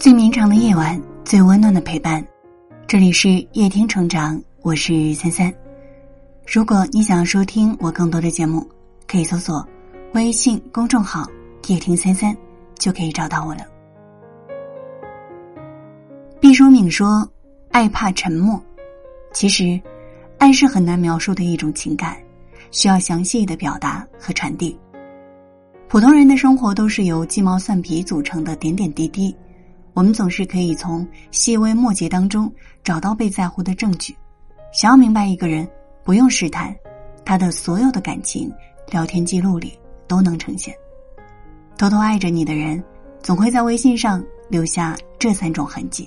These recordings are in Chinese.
最绵长的夜晚，最温暖的陪伴。这里是夜听成长，我是三三。如果你想要收听我更多的节目，可以搜索微信公众号夜听三三，就可以找到我了。毕淑敏说，爱怕沉默。其实爱是很难描述的一种情感，需要详细的表达和传递。普通人的生活都是由鸡毛蒜皮组成的点点滴滴，我们总是可以从细微末节当中找到被在乎的证据。想要明白一个人，不用试探，他的所有的感情聊天记录里都能呈现。偷偷爱着你的人，总会在微信上留下这3种痕迹。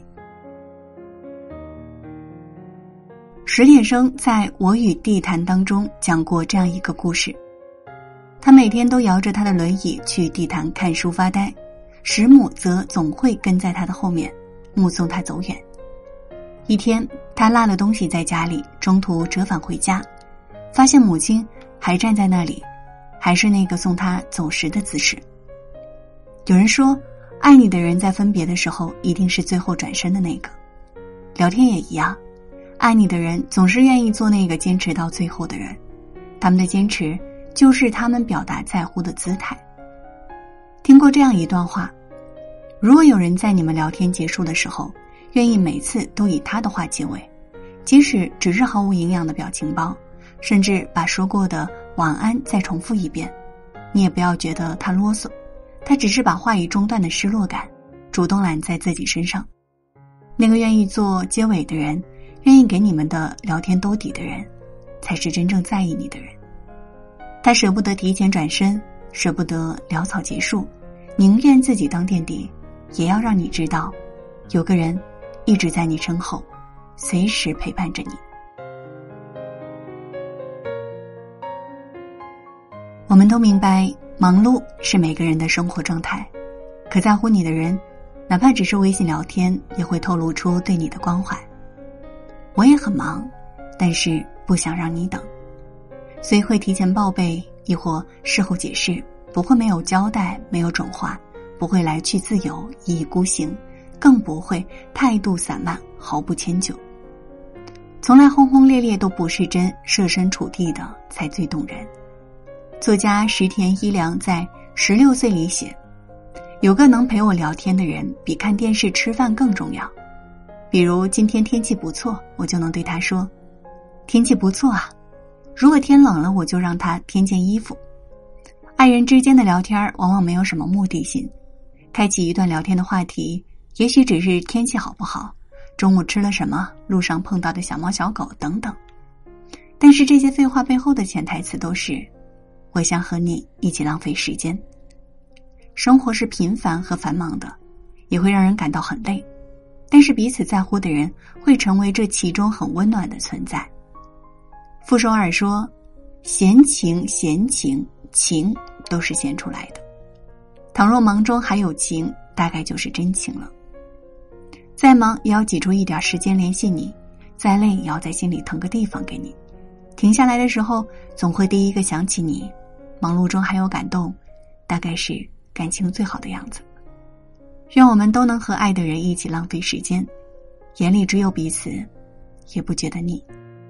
史铁生在我与地坛当中讲过这样一个故事。他每天都摇着他的轮椅去地坛看书发呆，师母则总会跟在他的后面，目送他走远。一天，他落了东西在家里，中途折返回家，发现母亲还站在那里，还是那个送他走时的姿势。有人说，爱你的人在分别的时候一定是最后转身的那个。聊天也一样，爱你的人总是愿意做那个坚持到最后的人，他们的坚持就是他们表达在乎的姿态。听过这样一段话，如果有人在你们聊天结束的时候，愿意每次都以他的话结尾，即使只是毫无营养的表情包，甚至把说过的晚安再重复一遍，你也不要觉得他啰嗦，他只是把话语中断的失落感主动揽在自己身上。那个愿意做结尾的人，愿意给你们的聊天兜底的人，才是真正在意你的人。他舍不得提前转身，舍不得潦草结束，宁愿自己当垫底，也要让你知道，有个人一直在你身后，随时陪伴着你。我们都明白，忙碌是每个人的生活状态，可在乎你的人，哪怕只是微信聊天，也会透露出对你的关怀。我也很忙，但是不想让你等，所以会提前报备，亦或事后解释，不会没有交代，没有转化，不会来去自由，一意孤行，更不会态度散漫，毫不迁就。从来轰轰烈烈都不是真，设身处地的才最动人。作家石田一良在16岁里写，有个能陪我聊天的人，比看电视吃饭更重要。比如今天天气不错，我就能对他说，天气不错啊。如果天冷了，我就让他添件衣服。爱人之间的聊天往往没有什么目的性，开启一段聊天的话题，也许只是天气好不好，中午吃了什么，路上碰到的小猫小狗等等。但是这些废话背后的潜台词都是，我想和你一起浪费时间。生活是频繁和繁忙的，也会让人感到很累，但是彼此在乎的人会成为这其中很温暖的存在。傅首尔说，闲情情都是闲出来的，倘若忙中还有情，大概就是真情了。再忙也要挤出一点时间联系你，再累也要在心里腾个地方给你。停下来的时候，总会第一个想起你。忙碌中还有感动，大概是感情最好的样子。愿我们都能和爱的人一起浪费时间，眼里只有彼此，也不觉得腻。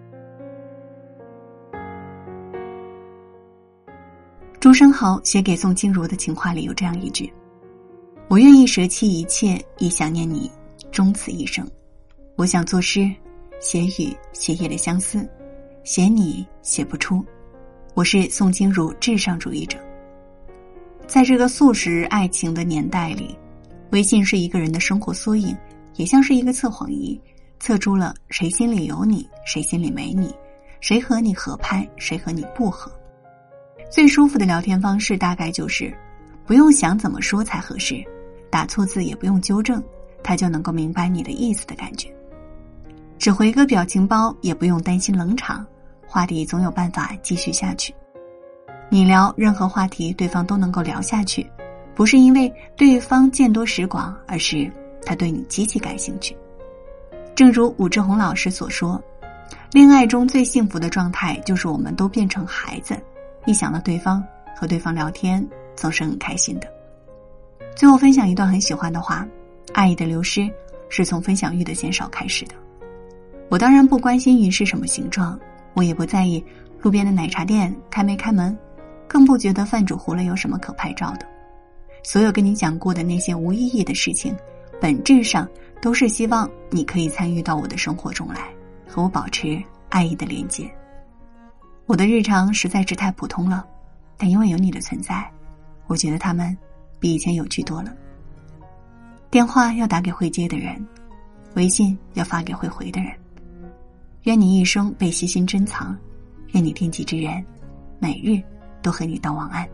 朱生豪写给宋清如的情话里有这样一句，我愿意舍弃一切，以想念你终此一生。我想作诗，写雨写夜的相思，写你写不出。我是宋清如至上主义者。在这个速食爱情的年代里，微信是一个人的生活缩影，也像是一个测谎仪，测出了谁心里有你，谁心里没你，谁和你合拍，谁和你不合。最舒服的聊天方式大概就是不用想怎么说才合适，打错字也不用纠正，他就能够明白你的意思的感觉。只回个表情包也不用担心冷场，话题总有办法继续下去。你聊任何话题，对方都能够聊下去，不是因为对方见多识广，而是他对你极其感兴趣。正如武志红老师所说，恋爱中最幸福的状态就是我们都变成孩子，一想到对方，和对方聊天总是很开心的。最后分享一段很喜欢的话， 爱意的流失是从分享欲的减少开始的。我当然不关心鱼是什么形状，我也不在意路边的奶茶店开没开门，更不觉得饭煮糊了有什么可拍照的。所有跟你讲过的那些无意义的事情，本质上都是希望你可以参与到我的生活中来，和我保持爱意的连接。我的日常实在是太普通了，但因为有你的存在，我觉得他们比以前有趣多了。电话要打给会接的人，微信要发给会回的人。愿你一生被悉心珍藏，愿你惦记之人每日都和你道晚安。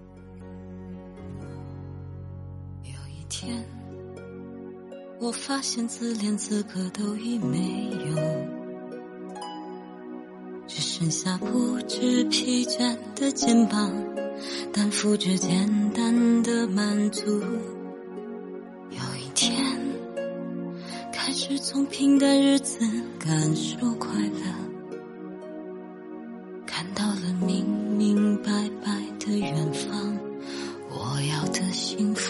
有一天，我发现自恋资格都已没有，只剩下不知疲倦的肩膀，担负着简单的满足。有一天，开始从平淡日子感受快乐，看到了明明白白的远方，我要的幸福。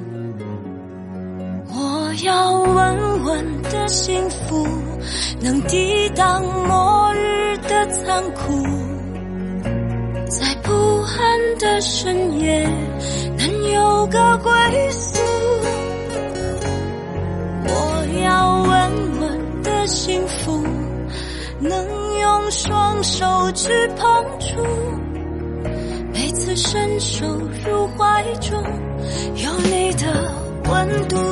我要稳稳的幸福，能抵挡末日的残酷，在不安的深夜能有个归宿。我要稳稳的幸福，能用双手去碰触，每次伸手入怀中有你的温度。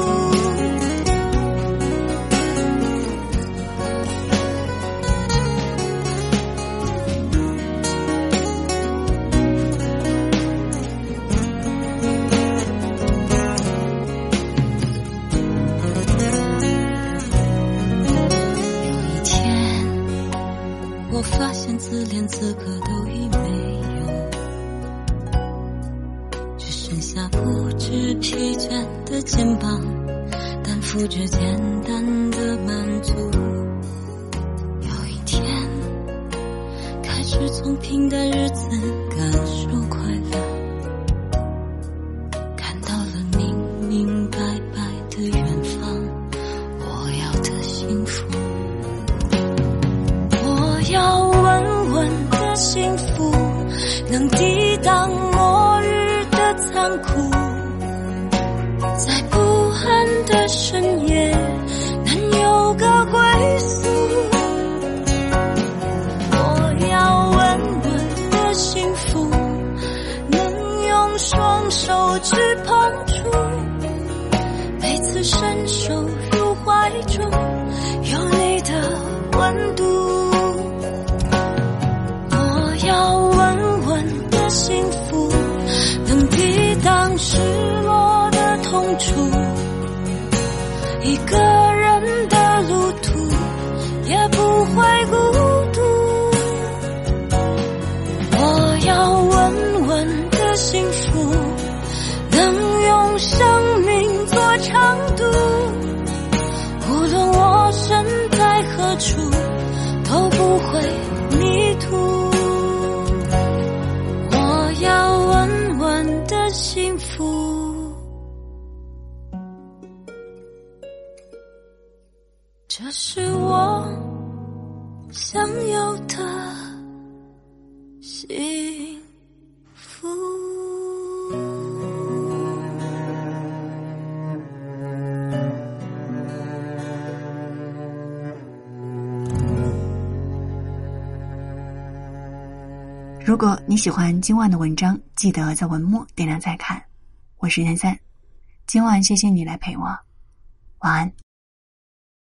我发现自恋资格都已没有，只剩下不知疲倦的肩膀，担负着简单的满足。有一天，开始从平淡日子感受快乐，看到了明明白白的远方，我要的幸福。要稳稳的幸福，能抵挡末日的残酷，在不安的深夜能有个归宿。我要稳稳的幸福，能用双手去碰触，每次伸手入怀中有你的温度。要稳稳的幸福，能抵挡失落的痛楚，一个人的路途也不会孤独。我要稳稳的幸福，能用生命做长度，无论我身在何处都不会迷途。幸福，这是我想要的幸福。 如果你喜欢今晚的文章，记得在文末点亮再看。我是33，今晚谢谢你来陪我，晚安。